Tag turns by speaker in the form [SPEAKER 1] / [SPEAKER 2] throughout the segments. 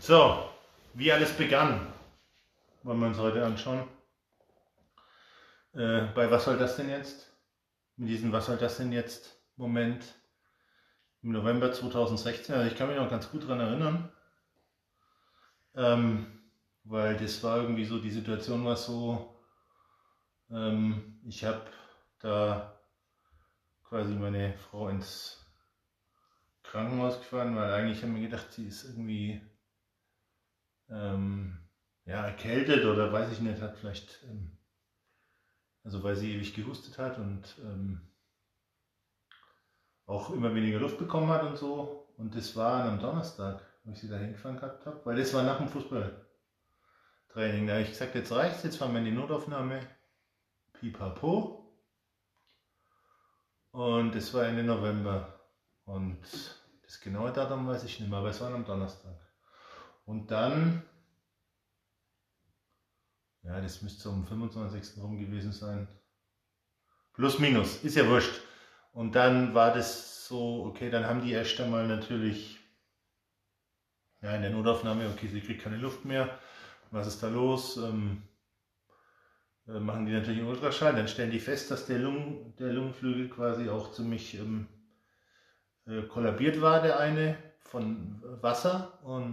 [SPEAKER 1] So, wie alles begann, wollen wir uns heute anschauen. Bei Was soll das denn jetzt? Mit diesem Was soll das denn jetzt Moment im November 2016. Also ich kann mich noch ganz gut daran erinnern, weil das war irgendwie so, die Situation war so, ich habe da quasi meine Frau ins Krankenhaus gefahren, weil eigentlich haben wir gedacht, sie ist irgendwie ja, erkältet oder weiß ich nicht, hat vielleicht, also weil sie ewig gehustet hat und auch immer weniger Luft bekommen hat und so. Und das war an einem Donnerstag, wo ich sie da hingefahren gehabt habe, weil das war nach dem Fußballtraining. Da habe ich gesagt, jetzt reicht's, jetzt fahren wir in die Notaufnahme. Pipapo. Und das war Ende November. Und das genaue Datum weiß ich nicht mehr, aber es war am Donnerstag. Und dann, ja, das müsste am 25. rum gewesen sein. Plus, minus, ist ja wurscht. Und dann war das so, okay, dann haben die erst einmal natürlich, ja, in der Notaufnahme, okay, sie kriegt keine Luft mehr. Was ist da los? Machen die natürlich einen Ultraschall, dann stellen die fest, dass der Lungenflügel quasi auch ziemlich kollabiert war, der eine, von Wasser, und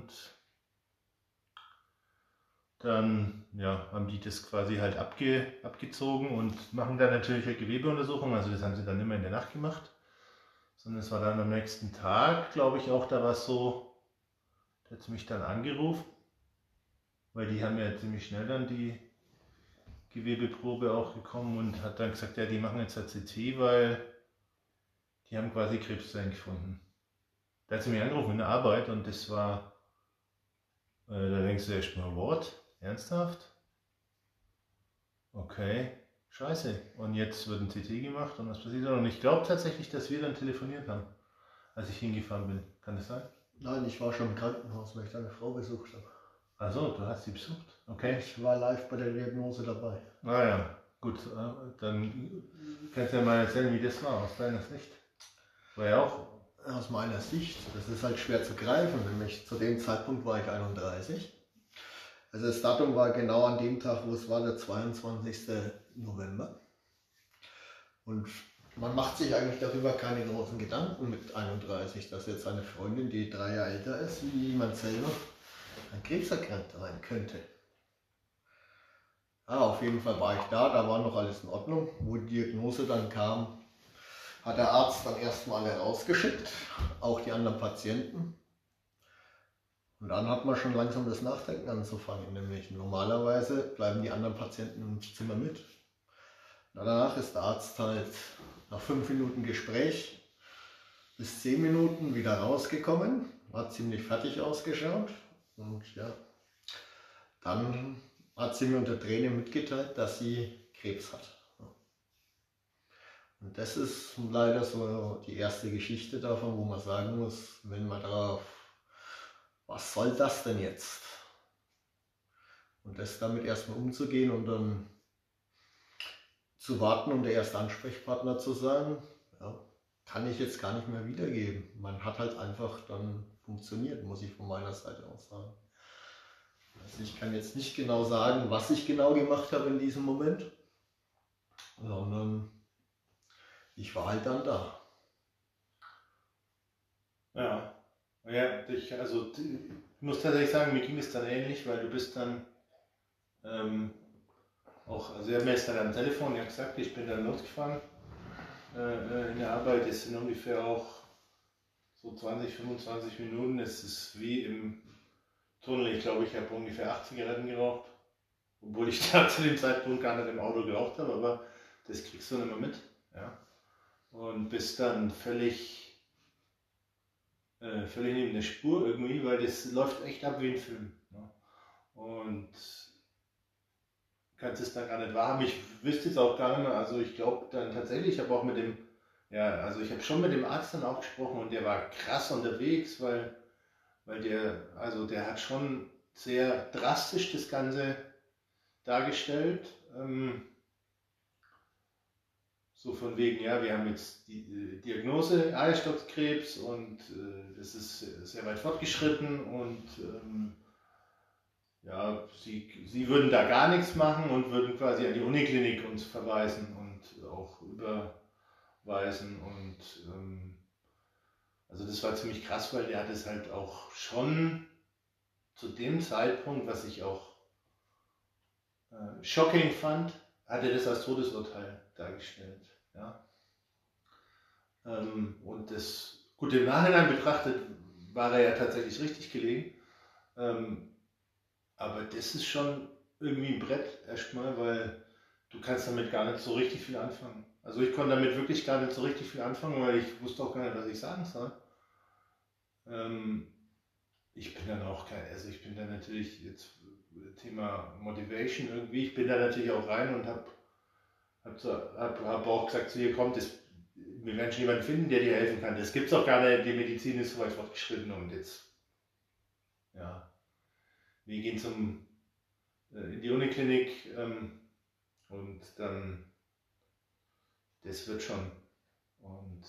[SPEAKER 1] dann ja, haben die das quasi halt abgezogen und machen dann natürlich eine Gewebeuntersuchung, also das haben sie dann immer in der Nacht gemacht, sondern es war dann am nächsten Tag, glaube ich auch, da war es so, der hat mich dann angerufen, weil die haben ja ziemlich schnell dann die Gewebeprobe auch bekommen und hat dann gesagt, ja, die machen jetzt ein CT, weil die haben quasi Krebszellen gefunden. Da hat sie mich angerufen in der Arbeit und das war, da denkst du erst mal, what? Ernsthaft? Okay, scheiße. Und jetzt wird ein CT gemacht und was passiert dann? Und ich glaube tatsächlich, dass wir dann telefoniert haben, als ich hingefahren bin. Kann das sein?
[SPEAKER 2] Nein, ich war schon im Krankenhaus, weil ich deine Frau besucht habe.
[SPEAKER 1] Achso, du hast sie besucht. Okay.
[SPEAKER 2] Ich war live bei der Diagnose dabei.
[SPEAKER 1] Naja, gut. Dann kannst du ja mal erzählen, wie das war aus deiner Sicht. War ja auch.
[SPEAKER 2] Aus meiner Sicht, das ist halt schwer zu greifen, nämlich zu dem Zeitpunkt war ich 31. Also das Datum war genau an dem Tag, wo es war, der 22. November. Und man macht sich eigentlich darüber keine großen Gedanken mit 31, dass jetzt eine Freundin, die 3 Jahre älter ist wie man selber, an Krebs erkrankt sein könnte. Ja, auf jeden Fall war ich da war noch alles in Ordnung. Wo die Diagnose dann kam, hat der Arzt dann erstmal alle rausgeschickt, auch die anderen Patienten. Und dann hat man schon langsam das Nachdenken anzufangen, nämlich normalerweise bleiben die anderen Patienten im Zimmer mit. Danach ist der Arzt halt nach 5 Minuten Gespräch bis 10 Minuten wieder rausgekommen, hat ziemlich fertig ausgeschaut und ja, dann hat sie mir unter Tränen mitgeteilt, dass sie Krebs hat. Und das ist leider so die erste Geschichte davon, wo man sagen muss, wenn man darauf, was soll das denn jetzt? Und das damit erstmal umzugehen und dann zu warten, um der erste Ansprechpartner zu sein, ja, kann ich jetzt gar nicht mehr wiedergeben. Man hat halt einfach dann funktioniert, muss ich von meiner Seite aus sagen. Also ich kann jetzt nicht genau sagen, was ich genau gemacht habe in diesem Moment, sondern ich war halt dann da.
[SPEAKER 1] Ja, also ich muss tatsächlich sagen, mir ging es dann ähnlich, weil du bist dann auch, also er hat mir jetzt dann am Telefon ja gesagt, ich bin dann losgefahren in der Arbeit, es sind ungefähr auch so 20, 25 Minuten, es ist wie im Tunnel, ich glaube, ich habe ungefähr 8 Zigaretten geraucht, obwohl ich da zu dem Zeitpunkt gar nicht im Auto geraucht habe, aber das kriegst du nicht mehr mit, ja. Und bist dann völlig neben der Spur irgendwie, weil das läuft echt ab wie ein Film. Ne? Und kannst es dann gar nicht wahrhaben. Ich wüsste es auch gar nicht mehr. Also ich glaube dann tatsächlich, ich habe auch mit dem, ja, also ich habe schon mit dem Arzt dann auch gesprochen und der war krass unterwegs, weil der hat schon sehr drastisch das Ganze dargestellt. So von wegen, ja, wir haben jetzt die Diagnose Eierstockskrebs und das ist sehr weit fortgeschritten und ja, sie würden da gar nichts machen und würden quasi an die Uniklinik uns verweisen und auch überweisen. Und also das war ziemlich krass, weil der hat es halt auch schon zu dem Zeitpunkt, was ich auch shocking fand, hat er das als Todesurteil dargestellt. Ja? Und das, gut, im Nachhinein betrachtet, war er ja tatsächlich richtig gelegen. Aber das ist schon irgendwie ein Brett erstmal, weil du kannst damit gar nicht so richtig viel anfangen. Also ich konnte damit wirklich gar nicht so richtig viel anfangen, weil ich wusste auch gar nicht, was ich sagen soll. Ich bin dann auch kein, also ich bin dann natürlich jetzt Thema Motivation irgendwie, ich bin da natürlich auch rein und hab auch gesagt, zu ihr kommt, wir werden schon jemanden finden, der dir helfen kann. Das gibt es auch gar nicht, die Medizin ist so weit fortgeschritten und jetzt, ja, wir gehen in die Uniklinik und dann, das wird schon. Und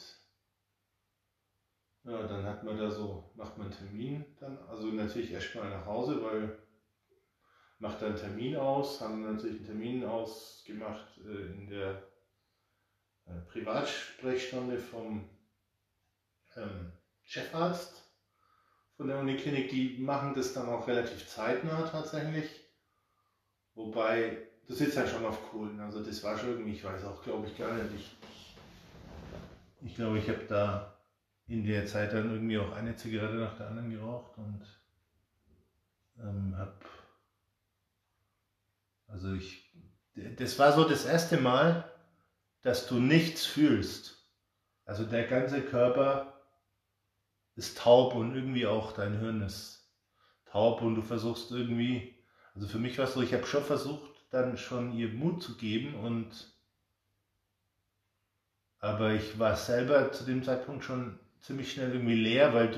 [SPEAKER 1] ja, dann macht man einen Termin dann, also natürlich erstmal nach Hause, weil macht dann einen Termin aus, haben natürlich einen Termin ausgemacht in der Privatsprechstunde vom Chefarzt von der Uniklinik. Die machen das dann auch relativ zeitnah tatsächlich, wobei du sitzt halt schon auf Kohlen, also das war schon irgendwie, ich weiß auch, glaube ich, gar nicht, ich glaube, ich habe da in der Zeit dann irgendwie auch eine Zigarette nach der anderen geraucht und das war so das erste Mal, dass du nichts fühlst. Also der ganze Körper ist taub und irgendwie auch dein Hirn ist taub und du versuchst irgendwie, also für mich war es so, ich habe schon versucht, dann schon ihr Mut zu geben aber ich war selber zu dem Zeitpunkt schon ziemlich schnell irgendwie leer, weil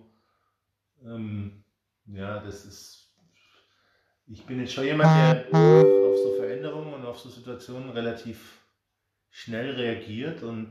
[SPEAKER 1] ja, ich bin jetzt schon jemand, der auf so Veränderungen und auf so Situationen relativ schnell reagiert und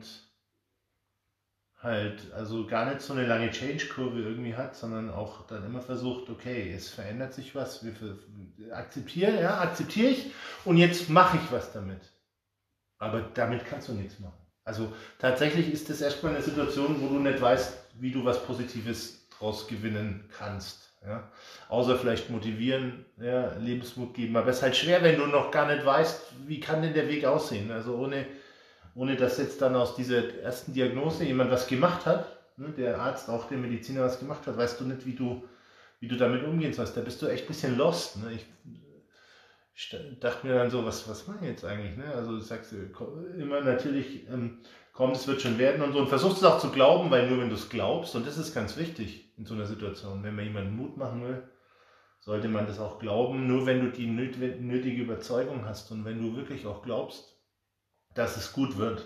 [SPEAKER 1] halt, also gar nicht so eine lange Change-Kurve irgendwie hat, sondern auch dann immer versucht, okay, es verändert sich was, akzeptiere ich und jetzt mache ich was damit. Aber damit kannst du nichts machen. Also tatsächlich ist das erstmal eine Situation, wo du nicht weißt, wie du was Positives draus gewinnen kannst. Ja? Außer vielleicht motivieren, ja, Lebensmut geben. Aber es ist halt schwer, wenn du noch gar nicht weißt, wie kann denn der Weg aussehen. Also ohne dass jetzt dann aus dieser ersten Diagnose jemand was gemacht hat, ne, der Arzt, auch der Mediziner was gemacht hat, weißt du nicht, wie du damit umgehen sollst. Da bist du echt ein bisschen lost. Ne? Ich dachte mir dann so, was mache ich jetzt eigentlich? Ne? Also sagst du immer natürlich, komm, es wird schon werden und so. Und versuchst es auch zu glauben, weil nur wenn du es glaubst, und das ist ganz wichtig in so einer Situation, wenn man jemanden Mut machen will, sollte man das auch glauben. Nur wenn du die nötige Überzeugung hast und wenn du wirklich auch glaubst, dass es gut wird,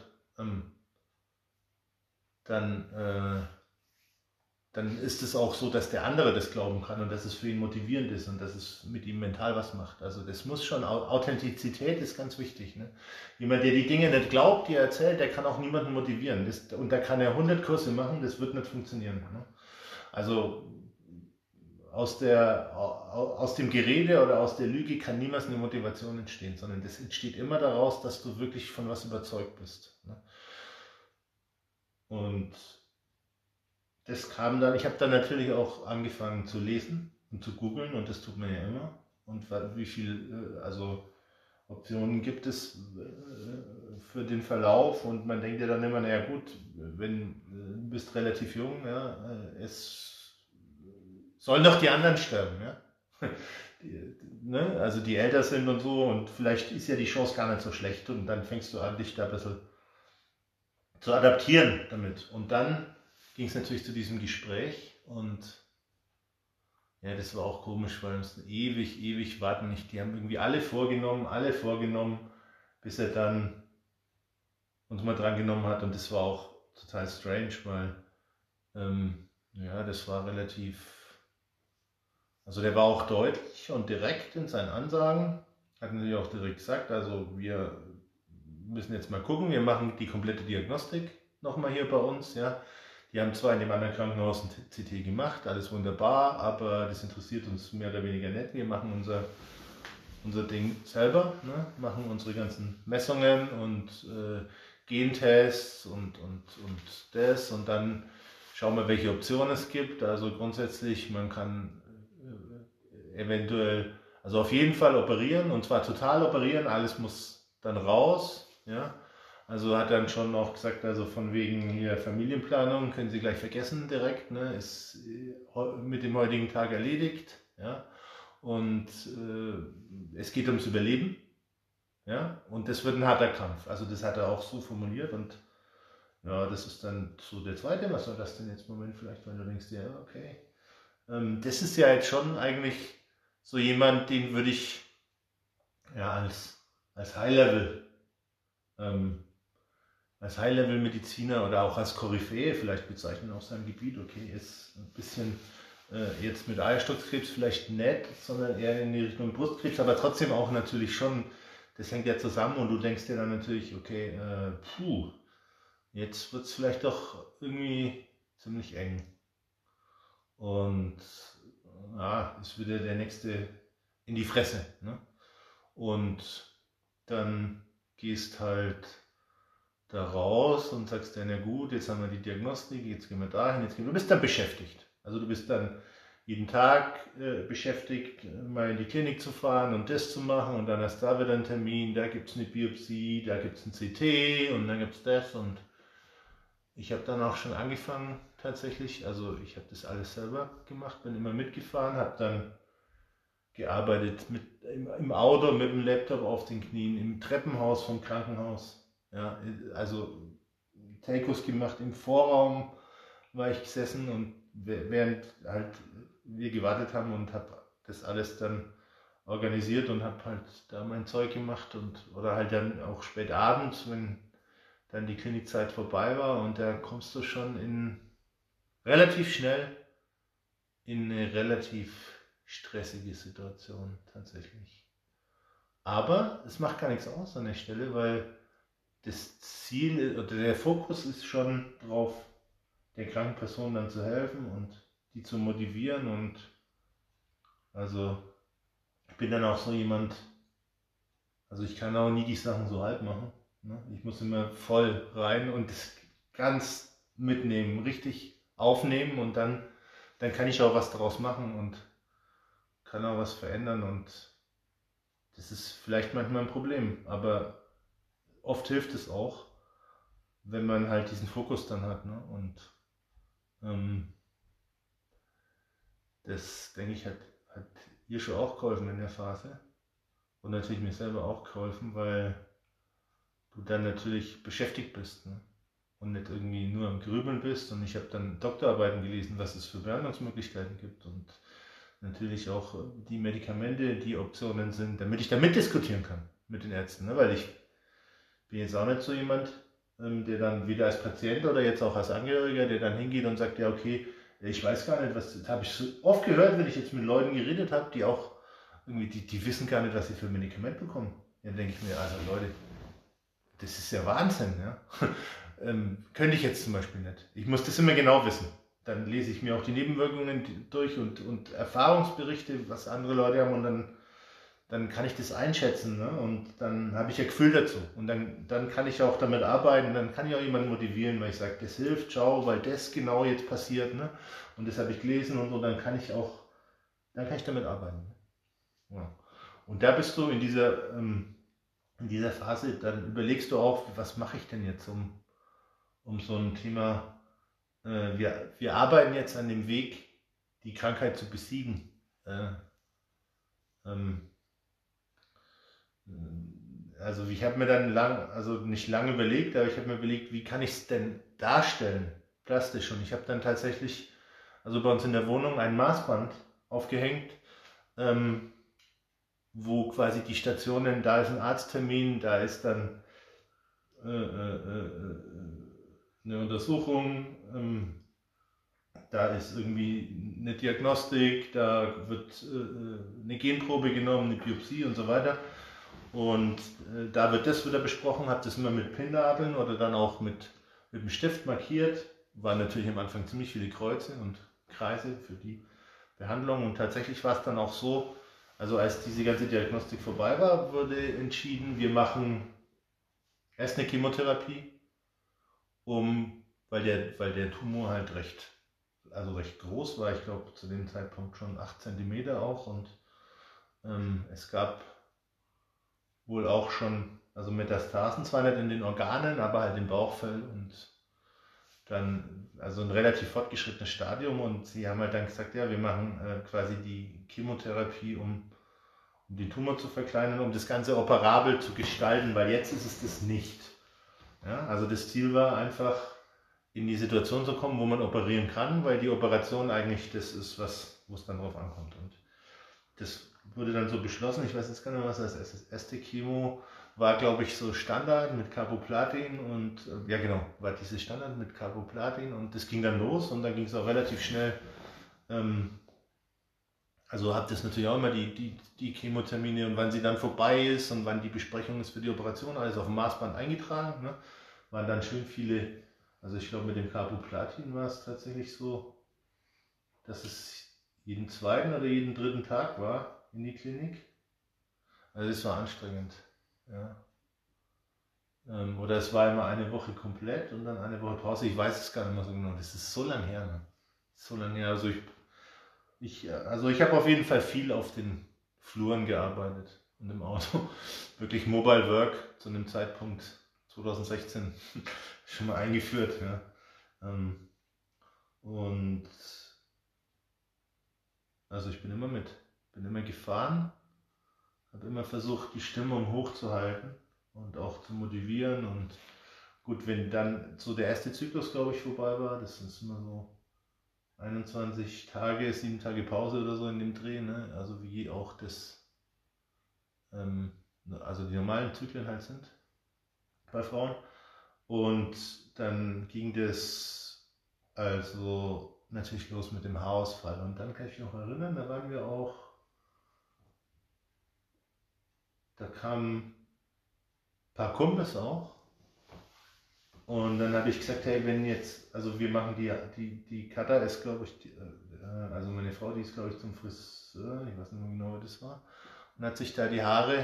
[SPEAKER 1] dann ist es auch so, dass der andere das glauben kann und dass es für ihn motivierend ist und dass es mit ihm mental was macht. Also das muss schon, Authentizität ist ganz wichtig. Ne? Jemand, der die Dinge nicht glaubt, die er erzählt, der kann auch niemanden motivieren. Und da kann er 100 Kurse machen, das wird nicht funktionieren. Ne? Also aus dem Gerede oder aus der Lüge kann niemals eine Motivation entstehen, sondern das entsteht immer daraus, dass du wirklich von was überzeugt bist. Ne? Und das kam dann, ich habe dann natürlich auch angefangen zu lesen und zu googeln und das tut man ja immer. Und wie viel, also Optionen gibt es für den Verlauf und man denkt ja dann immer, naja gut, du bist relativ jung, ja, es sollen doch die anderen sterben, ja. Ne? Also die älter sind und so und vielleicht ist ja die Chance gar nicht so schlecht und dann fängst du an, dich da ein bisschen zu adaptieren damit. Und dann ging es natürlich zu diesem Gespräch und ja, das war auch komisch, weil uns ewig warten nicht. Die haben irgendwie alle vorgenommen, bis er dann uns mal dran genommen hat und das war auch total strange, weil ja, das war relativ, also der war auch deutlich und direkt in seinen Ansagen, hat natürlich auch direkt gesagt, also wir müssen jetzt mal gucken, wir machen die komplette Diagnostik nochmal hier bei uns, ja. Die haben zwar in dem anderen Krankenhaus ein CT gemacht, alles wunderbar, aber das interessiert uns mehr oder weniger nicht. Wir machen unser Ding selber, ne? Machen unsere ganzen Messungen und Gentests und das und dann schauen wir, welche Optionen es gibt. Also grundsätzlich, man kann eventuell, also auf jeden Fall operieren und zwar total operieren, alles muss dann raus. Ja? Also hat dann schon auch gesagt, also von wegen hier Familienplanung können Sie gleich vergessen direkt, ne? Ist mit dem heutigen Tag erledigt. Ja? Und es geht ums Überleben. Ja? Und das wird ein harter Kampf. Also das hat er auch so formuliert und ja, das ist dann so der zweite. Was soll das denn jetzt im Moment vielleicht, wenn du denkst, ja, okay. Das ist ja jetzt schon eigentlich so jemand, den würde ich ja als High-Level als High-Level-Mediziner oder auch als Koryphäe vielleicht bezeichnen auf seinem Gebiet. Okay, ist ein bisschen jetzt mit Eierstockskrebs vielleicht nicht, sondern eher in die Richtung Brustkrebs, aber trotzdem auch natürlich schon, das hängt ja zusammen und du denkst dir dann natürlich, okay, jetzt wird es vielleicht doch irgendwie ziemlich eng. Und ja, ist wieder der nächste in die Fresse. Ne? Und dann gehst halt da raus und sagst dann, ja gut, jetzt haben wir die Diagnostik, jetzt gehen wir dahin, du bist dann beschäftigt. Also du bist dann jeden Tag beschäftigt, mal in die Klinik zu fahren und das zu machen und dann hast du da wieder einen Termin, da gibt es eine Biopsie, da gibt es ein CT und dann gibt es das und ich habe dann auch schon angefangen tatsächlich, also ich habe das alles selber gemacht, bin immer mitgefahren, habe dann gearbeitet im Auto mit dem Laptop auf den Knien, im Treppenhaus vom Krankenhaus. Ja, also Telcos gemacht, im Vorraum war ich gesessen und während halt wir gewartet haben und habe das alles dann organisiert und habe halt da mein Zeug gemacht und oder halt dann auch spät abends, wenn dann die Klinikzeit vorbei war und da kommst du schon relativ schnell in eine relativ stressige Situation tatsächlich. Aber es macht gar nichts aus an der Stelle, weil das Ziel oder der Fokus ist schon drauf, der kranken Person dann zu helfen und die zu motivieren und also ich bin dann auch so jemand, also ich kann auch nie die Sachen so halb machen. Ne? Ich muss immer voll rein und das ganz mitnehmen, richtig aufnehmen und dann kann ich auch was daraus machen und kann auch was verändern und das ist vielleicht manchmal ein Problem, aber oft hilft es auch, wenn man halt diesen Fokus dann hat. Ne? Und das, denke ich, hat ihr schon auch geholfen in der Phase und natürlich mir selber auch geholfen, weil du dann natürlich beschäftigt bist, ne? Und nicht irgendwie nur am Grübeln bist. Und ich habe dann Doktorarbeiten gelesen, was es für Behandlungsmöglichkeiten gibt und natürlich auch die Medikamente, die Optionen sind, damit ich da mitdiskutieren kann mit den Ärzten. Ne? Weil ich bin jetzt auch nicht so jemand, der dann weder als Patient oder jetzt auch als Angehöriger, der dann hingeht und sagt, ja okay, ich weiß gar nicht, das habe ich so oft gehört, wenn ich jetzt mit Leuten geredet habe, die auch irgendwie, die wissen gar nicht, was sie für ein Medikament bekommen. Dann denke ich mir, also Leute, das ist ja Wahnsinn. Ja? Könnte ich jetzt zum Beispiel nicht. Ich muss das immer genau wissen. Dann lese ich mir auch die Nebenwirkungen durch und Erfahrungsberichte, was andere Leute haben und dann kann ich das einschätzen, ne? Und dann habe ich ja Gefühl dazu und dann kann ich auch damit arbeiten, dann kann ich auch jemanden motivieren, weil ich sage, das hilft, schau, weil das genau jetzt passiert, ne? Und das habe ich gelesen und so, dann kann ich damit arbeiten. Ne? Ja. Und da bist du in dieser Phase, dann überlegst du auch, was mache ich denn jetzt um so ein Thema, wir arbeiten jetzt an dem Weg, die Krankheit zu besiegen. Also ich habe mir dann nicht lange überlegt, aber ich habe mir überlegt, wie kann ich es denn darstellen, plastisch. Und ich habe dann tatsächlich, also bei uns in der Wohnung ein Maßband aufgehängt, wo quasi die Stationen, da ist ein Arzttermin, da ist dann eine Untersuchung, da ist irgendwie eine Diagnostik, da wird eine Genprobe genommen, eine Biopsie und so weiter. Und da wird das wieder besprochen, habe das immer mit Pinnnadeln oder dann auch mit dem Stift markiert, waren natürlich am Anfang ziemlich viele Kreuze und Kreise für die Behandlung. Und tatsächlich war es dann auch so, also als diese ganze Diagnostik vorbei war, wurde entschieden, wir machen erst eine Chemotherapie, weil der Tumor halt recht groß war. Ich glaube zu dem Zeitpunkt schon 8 Zentimeter auch. Und es gab wohl auch schon, also Metastasen, zwar nicht in den Organen, aber halt im Bauchfell und dann, also ein relativ fortgeschrittenes Stadium. Und sie haben halt dann gesagt, ja, wir machen quasi die Chemotherapie, um den Tumor zu verkleinern, um das Ganze operabel zu gestalten, weil jetzt ist es das nicht. Ja, also das Ziel war einfach, in die Situation zu kommen, wo man operieren kann, weil die Operation eigentlich das ist, wo es dann drauf ankommt. Und das wurde dann so beschlossen, ich weiß jetzt gar nicht mehr, was das erste Chemo war, glaube ich, so Standard mit Carboplatin und ja genau, war dieses Standard mit Carboplatin und das ging dann los und dann ging es auch relativ schnell. Also habt ihr natürlich auch immer die Chemotermine und wann sie dann vorbei ist und wann die Besprechung ist für die Operation, alles auf dem Maßband eingetragen. Ne? Waren dann schön viele, also ich glaube mit dem Carboplatin war es tatsächlich so, dass es jeden zweiten oder jeden dritten Tag war in die Klinik. Also es war anstrengend. Ja. Oder es war immer eine Woche komplett und dann eine Woche Pause. Ich weiß es gar nicht mehr so genau. Das ist so lang her. Ne? So lange her. Also ich habe auf jeden Fall viel auf den Fluren gearbeitet und im Auto. Wirklich Mobile Work zu einem Zeitpunkt 2016 schon mal eingeführt. Ja. Und also ich bin immer gefahren, habe immer versucht, die Stimmung hochzuhalten und auch zu motivieren. Und gut, wenn dann so der erste Zyklus, glaube ich, vorbei war, das ist immer so 21 Tage, 7 Tage Pause oder so in dem Dreh, ne? Also wie auch also die normalen Zyklen halt sind bei Frauen. Und dann ging das also natürlich los mit dem Haarausfall. Und dann kann ich mich noch erinnern, da kamen ein paar Kumpels auch. Und dann habe ich gesagt, hey, wenn jetzt, also wir machen die Katha ist, glaube ich, also meine Frau, die ist, glaube ich, zum Friseur, ich weiß nicht mehr genau, wie das war, und hat sich da die Haare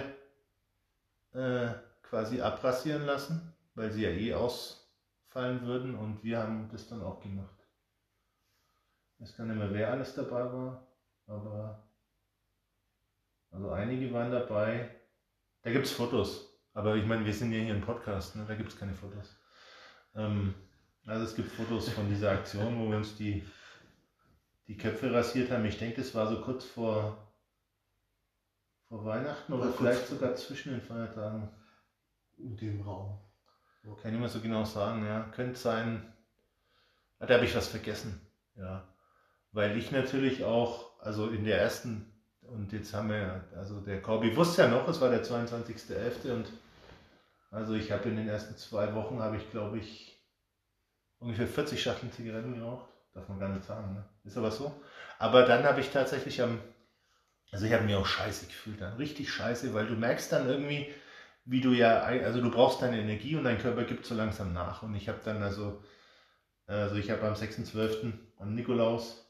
[SPEAKER 1] quasi abrasieren lassen, weil sie ja eh ausfallen würden und wir haben das dann auch gemacht. Ich weiß gar nicht mehr, wer alles dabei war, aber also einige waren dabei. Da gibt es Fotos, aber ich meine, wir sind ja hier im Podcast, ne? Da gibt es keine Fotos. Also es gibt Fotos von dieser Aktion, wo wir uns die Köpfe rasiert haben. Ich denke, das war so kurz vor Weihnachten oder vielleicht sogar zwischen den Feiertagen.
[SPEAKER 2] In dem Raum.
[SPEAKER 1] Kann ich nicht mehr so genau sagen, ja. Könnte sein. Da habe ich was vergessen. Ja. Weil ich natürlich auch, also in der ersten, und jetzt haben wir, also der Corby wusste ja noch, es war der 22.11. und also ich habe in den ersten 2 Wochen, habe ich glaube ich ungefähr 40 Schachteln Zigaretten geraucht. Darf man gar nicht sagen, ne? Ist aber so. Aber dann habe ich tatsächlich also ich habe mich auch scheiße gefühlt dann, richtig scheiße, weil du merkst dann irgendwie, wie du also du brauchst deine Energie und dein Körper gibt so langsam nach. Und ich habe dann also ich habe am 6.12. am Nikolaus,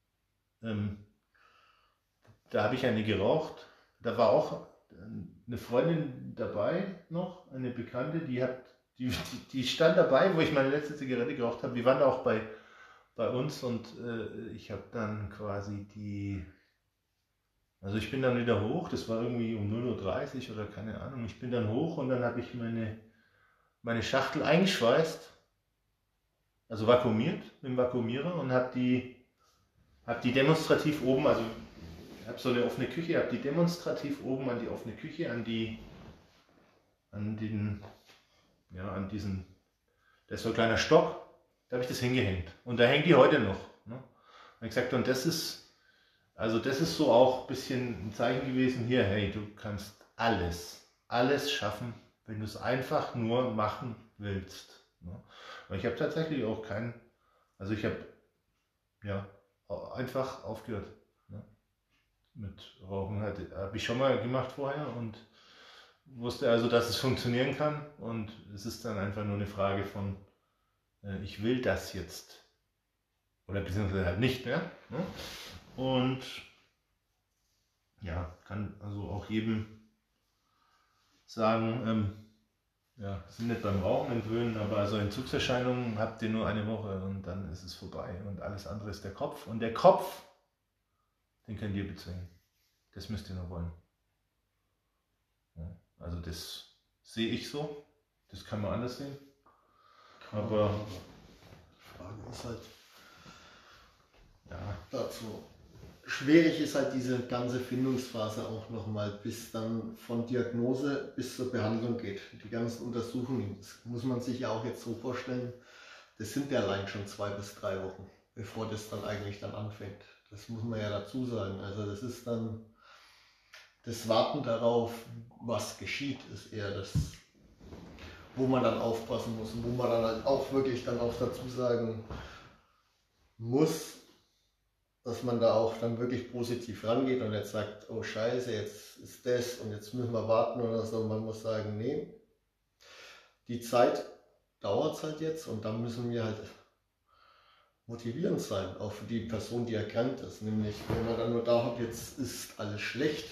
[SPEAKER 1] da habe ich eine geraucht. Da war auch eine Freundin dabei noch, eine Bekannte, die stand dabei, wo ich meine letzte Zigarette geraucht habe. Die waren auch bei uns und ich habe dann quasi also ich bin dann wieder hoch, das war irgendwie um 0:30 Uhr oder keine Ahnung. Ich bin dann hoch und dann habe ich meine Schachtel eingeschweißt, also vakuumiert mit dem Vakuumierer und habe die demonstrativ oben, also ich habe so eine offene Küche, habe die demonstrativ oben an die offene Küche, an diesen, da ist so ein kleiner Stock, da habe ich das hingehängt. Und da hängt die heute noch. Ne? Und ich gesagt, und das ist so auch ein bisschen ein Zeichen gewesen, hier, hey, du kannst alles schaffen, wenn du es einfach nur machen willst. Ne? Aber ich habe tatsächlich auch also ich habe ja einfach aufgehört. Ne? Mit Rauchen habe ich schon mal gemacht vorher und wusste also, dass es funktionieren kann und es ist dann einfach nur eine Frage von ich will das jetzt. Oder beziehungsweise halt nicht mehr. Ne? Und ja, kann also auch jedem sagen, ja, sind nicht beim Rauchen entwöhnen, aber so Entzugserscheinungen habt ihr nur eine Woche und dann ist es vorbei. Und alles andere ist der Kopf. Und der Kopf, den könnt ihr bezwingen. Das müsst ihr nur wollen. Ja, also das sehe ich so. Das kann man anders sehen. Aber
[SPEAKER 2] die Frage ist halt,
[SPEAKER 1] ja,
[SPEAKER 2] dazu. Schwierig ist halt diese ganze Findungsphase auch nochmal, bis dann von Diagnose bis zur Behandlung geht. Die ganzen Untersuchungen, das muss man sich ja auch jetzt so vorstellen, das sind ja allein schon 2 bis 3 Wochen, bevor das dann eigentlich dann anfängt. Das muss man ja dazu sagen. Also das ist dann das Warten darauf, was geschieht, ist eher das, wo man dann aufpassen muss und wo man dann halt auch wirklich dann auch dazu sagen muss, dass man da auch dann wirklich positiv rangeht und jetzt sagt, oh Scheiße, jetzt ist das und jetzt müssen wir warten oder so. Man muss sagen, nee, die Zeit dauert halt jetzt und dann müssen wir halt motivierend sein, auch für die Person, die erkrankt ist. Nämlich, wenn man dann nur da hat, jetzt ist alles schlecht,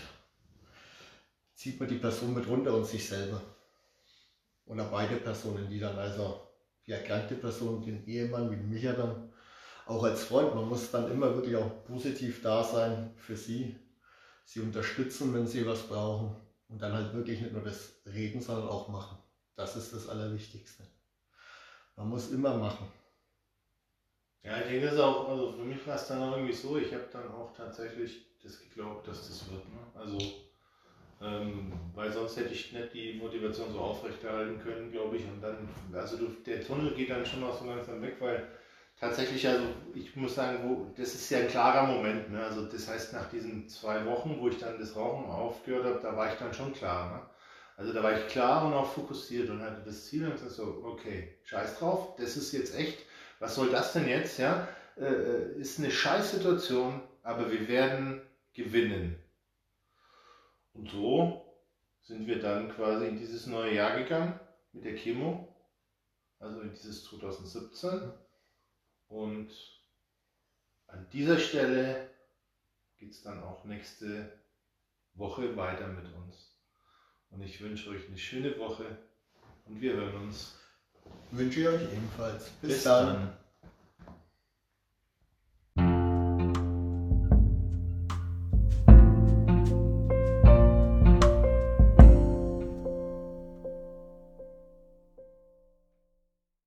[SPEAKER 2] zieht man die Person mit runter und sich selber. Oder beide Personen, die dann also die erkrankte Person, den Ehemann, wie Micha dann, auch als Freund, man muss dann immer wirklich auch positiv da sein für sie unterstützen, wenn sie was brauchen und dann halt wirklich nicht nur das Reden, sondern auch machen. Das ist das Allerwichtigste. Man muss immer machen.
[SPEAKER 1] ja, ich denke, das ist auch, also für mich war es dann auch irgendwie so, ich habe dann auch tatsächlich das geglaubt, dass das wird. Ne? Also, weil sonst hätte ich nicht die Motivation so aufrechterhalten können, glaube ich. Und dann, also der Tunnel geht dann schon auch so langsam weg, weil tatsächlich, also ich muss sagen, das ist ja ein klarer Moment. Ne? Also das heißt, nach diesen 2 Wochen, wo ich dann das Rauchen aufgehört habe, da war ich dann schon klar. Ne? Also da war ich klar und auch fokussiert und hatte das Ziel und gesagt so, okay, scheiß drauf, das ist jetzt echt, was soll das denn jetzt? Ja? Ist eine Scheißsituation, aber wir werden gewinnen. Und so sind wir dann quasi in dieses neue Jahr gegangen mit der Chemo, also in dieses 2017. Und an dieser Stelle geht es dann auch nächste Woche weiter mit uns. Und ich wünsche euch eine schöne Woche und wir hören uns.
[SPEAKER 2] Wünsche ich euch ebenfalls.
[SPEAKER 1] Bis dann.